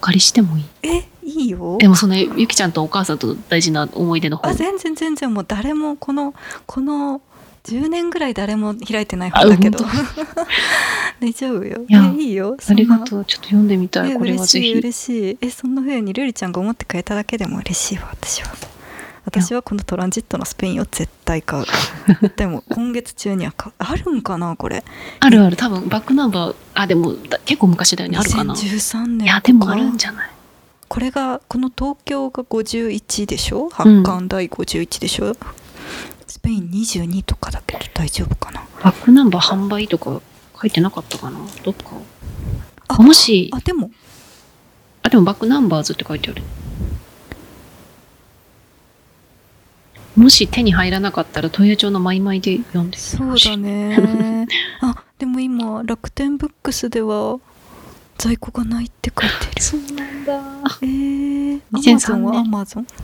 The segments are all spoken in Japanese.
借りしてもいい？ いいよ。 でもそのゆきちゃんとお母さんと大事な思い出の本。 全然もう誰もこの10年ぐらい誰も開いてない本だけど大丈夫よ。いいよ。 ありがとう。ちょっと読んでみたい。これはぜひ。 嬉しい。そんな風にルリちゃんが思ってくれただけでも嬉しいわ。私はこのトランジットのスペインを絶対買うでも今月中にはあるんかなこれ。 ある多分バックナンバー。でも結構昔だよね。あるかな。 2013年。 いやでもあるんじゃない。 これがこの東京が51でしょ。発刊第51でしょ、スペイン22とかだけど大丈夫かな。 バックナンバー販売とか書いてなかったかな。どっかもしでもバックナンバーズって書いてある。もし手に入らなかったら豊屋町のマイマイで読んで。 そうだねでも今楽天ブックスでは在庫がないって書いてる。 そうなんだ。 2003年。アマゾン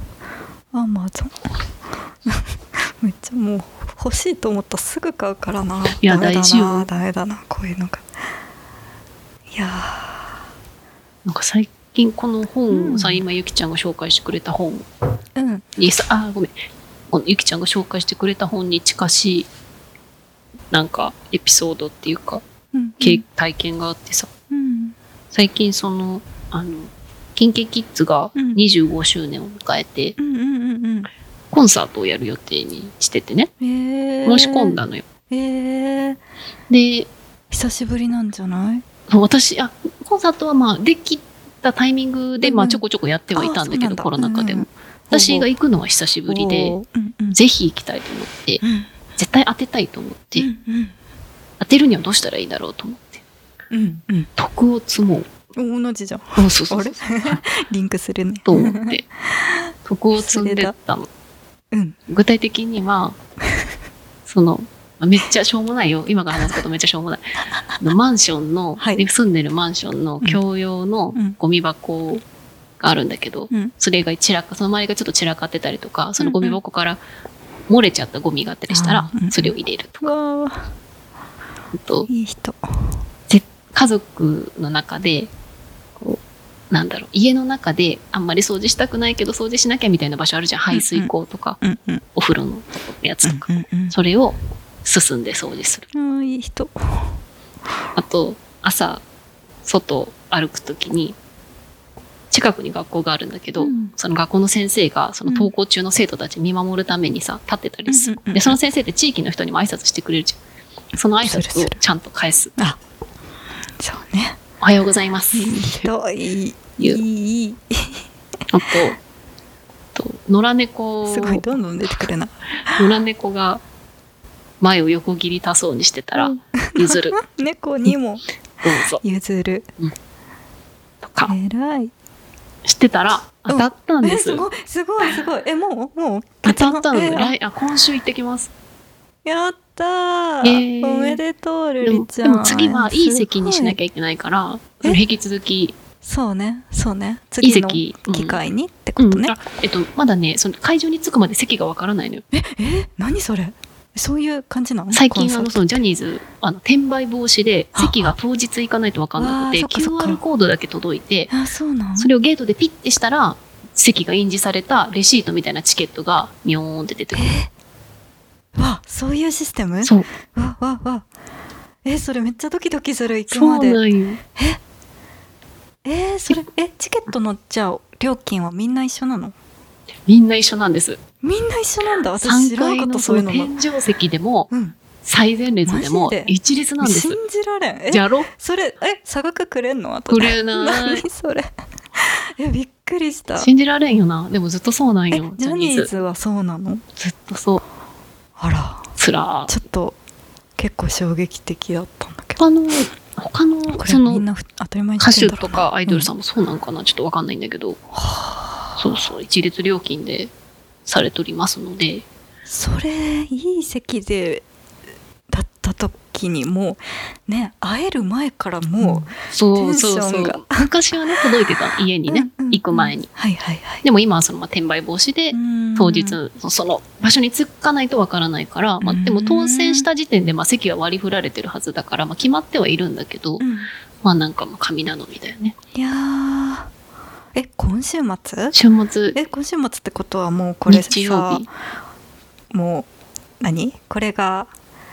めっちゃもう欲しいと思ったらすぐ買うからな。 いや大事よ。 ダメだなこういうのが。いやなんか最近この本をさ、今ゆきちゃんが紹介してくれた本にさ、ごめん、ゆきちゃんが紹介してくれた本に近しいなんかエピソードっていうか、体験があってさ、最近そのKinKiKidsが25周年を迎えて、コンサートをやる予定にしててね、申し込んだのよ。で久しぶりなんじゃない？ 私コンサートはできたタイミングでちょこちょこやってはいたんだけど、コロナ禍でも私が行くのは久しぶりで、ぜひ行きたいと思って、絶対当てたいと思って、当てるにはどうしたらいいだろうと思って、徳を積もう。 同じじゃん。 そうリンクするねと思って徳を積んでったの。具体的にはめっちゃしょうもないよ、今から話すことめっちゃしょうもないマンションの、住んでるマンションの共用のゴミ箱があるんだけど、それがその周りがちょっと散らかってたりとか、そのゴミ箱から漏れちゃったゴミがあったりしたら、それを入れるとか、 いい人。 家族の中で家の中であんまり掃除したくないけど掃除しなきゃみたいな場所あるじゃん。排水溝とか、お風呂のやつとか、それを進んで掃除する。 いい人。 あと朝外歩くときに近くに学校があるんだけど、その学校の先生がその登校中の生徒たち見守るためにさ立ってたりする。でその先生って地域の人にも挨拶してくれるじゃん。その挨拶をちゃんと返す。 そうね。 おはようございます。 いい。 あと野良猫。 すごいどんどん出てくるな。 野良猫が前を横切りたそうにしてたら譲る。 猫にもどうぞ譲る。 とか。 偉い。 知ってたら当たったんです。 すごい。もう当たったので、今週行ってきます。 やったー、おめでとうルリちゃん。 でも次はいい席にしなきゃいけないから引き続き。 そうね次の機会にってことね。 まだねその会場に着くまで席がわからないのよ。 何それ。そういう感じなの？ 最近そのジャニーズ転売防止で席が当日行かないと分かんなくて QR コードだけ届いて、それをゲートでピッてしたら席が印字されたレシートみたいなチケットがミョーンって出てくる。 そういうシステム？ そう。 それめっちゃドキドキする。行くまで。 そうなんよ。 それチケットのじゃあ料金はみんな一緒なの？ みんな一緒なんです。 みんな一緒なんだ。私知らなかった。そういうの。 天井席でも、最前列でも一律なんです。 信じられん。 やろ？ それ差額くれんの？ くれない。 何それ。びっくりした。 信じられんよな。でもずっとそうなんよ。 ジャニーズはそうなの？ ずっとそう。 あら。 つら。 ちょっと結構衝撃的だったんだけど。 他のそのみんな当たり前に歌手とかアイドルさんもそうなんかな、ちょっと分かんないんだけど、そう一律料金でされておりますので。 それいい席でだった時にもうね、会える前からもうテンションが、 昔はね届いてた家にね、行く前に、でも今はその転売防止で当日その場所に着かないとわからないから、でも当選した時点で席は割り振られてるはずだから、決まってはいるんだけど、なんか神頼みだよね。 いや今週末？ 週末。 今週末ってことはもうこれさ、 日曜日。 もう何これが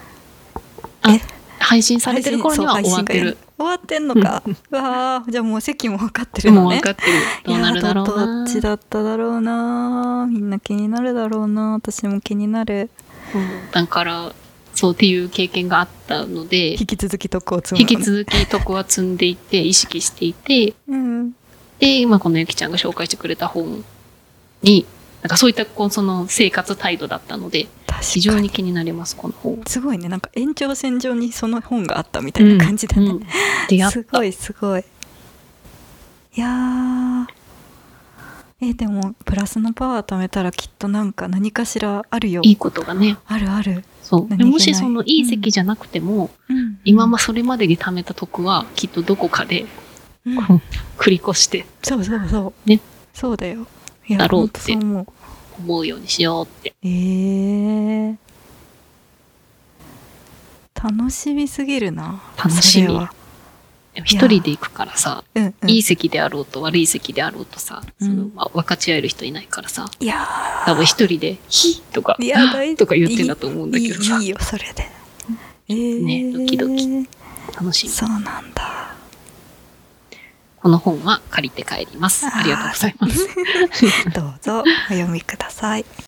配信されてる頃には終わってる。 終わってんのか。うわー、じゃあもう席も分かってるのね。 もう分かってる。どうなるだろうな。 どっちだっただろうな。みんな気になるだろうな。私も気になる。 だからそうっていう経験があったので、 引き続き徳を積む、 引き続き徳は積んでいて意識していて、で今このゆきちゃんが紹介してくれた本になんかそういったその生活態度だったので非常に気になります。この本すごいね。なんか延長線上にその本があったみたいな感じだね。 出会った。 すごいすごい。いやでもプラスのパワー貯めたらきっと何かしらあるよ。 いいことがね。 あるある。 そうでもしそのいい席じゃなくても、今それまでに貯めた徳はきっとどこかで、繰り越してそうね、 そうだよ。 だろうって思うようにしようって。 楽しみすぎるな。 楽しみ。一人で行くからさ、いい席であろうと悪い席であろうとさ、分かち合える人いないからさ、多分一人で「ヒッ」とか「とか言ってんだと思うんだけどさ、 いいよそれで。 ね、ドキドキ楽しみ。 そうなんだ。 この本は借りて帰ります。ありがとうございます。 どうぞお読みください。